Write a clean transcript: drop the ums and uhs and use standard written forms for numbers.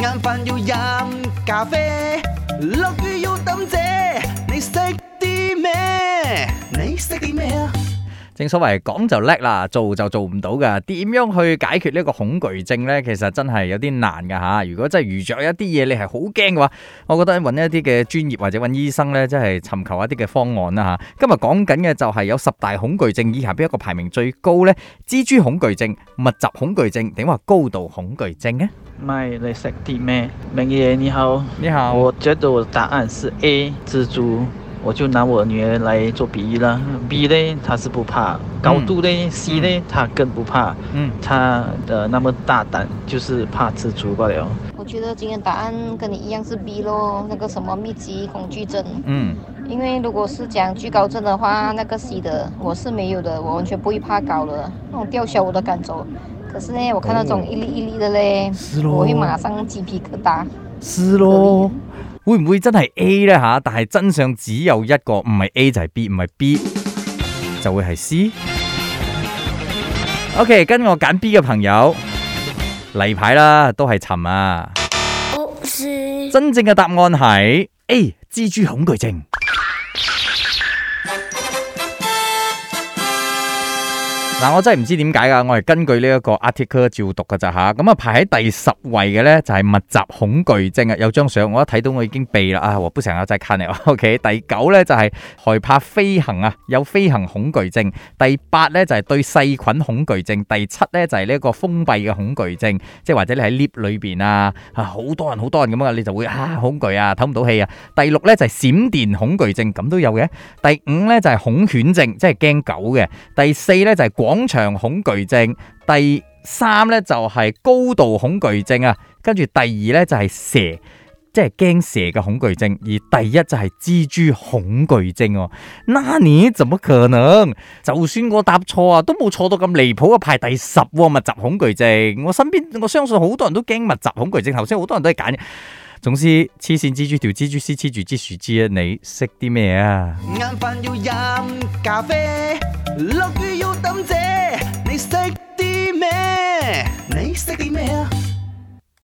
飯要飲咖啡，落雨要抌遮，你識啲咩？你識啲咩啊？ 正所謂講就叻啦，做就做唔到噶。點樣去解決呢個恐懼症呢？其實真係有啲難噶吓。如果真係遇着一啲嘢你係好驚嘅話，我覺得揾一啲嘅專業或者揾醫生呢，真係尋求一啲嘅方案啦吓。今日講緊嘅就係有10大恐懼症以下邊一個排名最高呢？蜘蛛恐懼症、密集恐懼症，定話高度恐懼症呢？ 麥，你識啲咩？明爺你好， 你好， 我覺得我答案是 A 蜘蛛。我就拿我女兒來做比喻啦。B 呢，她是不怕高度呢；C 呢，她更不怕。她的那麼大膽，就是怕蜘蛛罷了。 我覺得今天答案跟你一樣是 B 咯，那個什麼密集恐懼症。因為如果是講懼高症的話，那個 C 的我是沒有的，我完全不會怕高的，那種吊銷我都敢走。可是呢，我看到這種一粒一粒的咧，我會馬上雞皮疙瘩。 是咯。會唔會真係 A 呢吓？但係真相只有一個，唔係 A 就係 B， 唔係 B 就會係 C。OK， 跟我揀 B 嘅朋友，例牌啦，都係尋啊。真正嘅答案係 A， 蜘蛛恐懼症。嗱，我真係唔知點解噶，我係根據呢一個 article 照讀噶咋吓，咁啊排喺第10位嘅呢，就係密集恐懼症啊，有張相我一睇到我已經避啦啊，我不成日再看了。OK， 第9呢，就係害怕飛行啊，有飛行恐懼症。第8呢，就係對細菌恐懼症。第7呢，就係呢一個封閉嘅恐懼症，即係或者你喺 lift 裏邊啊，好多人咁啊，你就會恐懼啊，唞唔到氣啊。第6呢，就係閃電恐懼症，咁都有嘅。第5呢，就係恐犬症，即係驚狗嘅。第4呢，就係廣場恐懼症，第3呢就係高度恐懼症啊，跟住第2呢就係蛇，即係驚蛇嘅恐懼症，而第1就係蜘蛛恐懼症哦。那你怎麼可能？就算我答錯啊，都冇錯到咁離譜啊，排第10喎，密集恐懼症。我身邊我相信好多人都驚密集恐懼症，頭先好多人都係揀嘅。總之黐線蜘蛛條蜘蛛絲黐住支樹枝啊！你識啲咩啊？ 晏飯要飲咖啡，落雨要抌遮，你識啲咩？你識啲咩啊？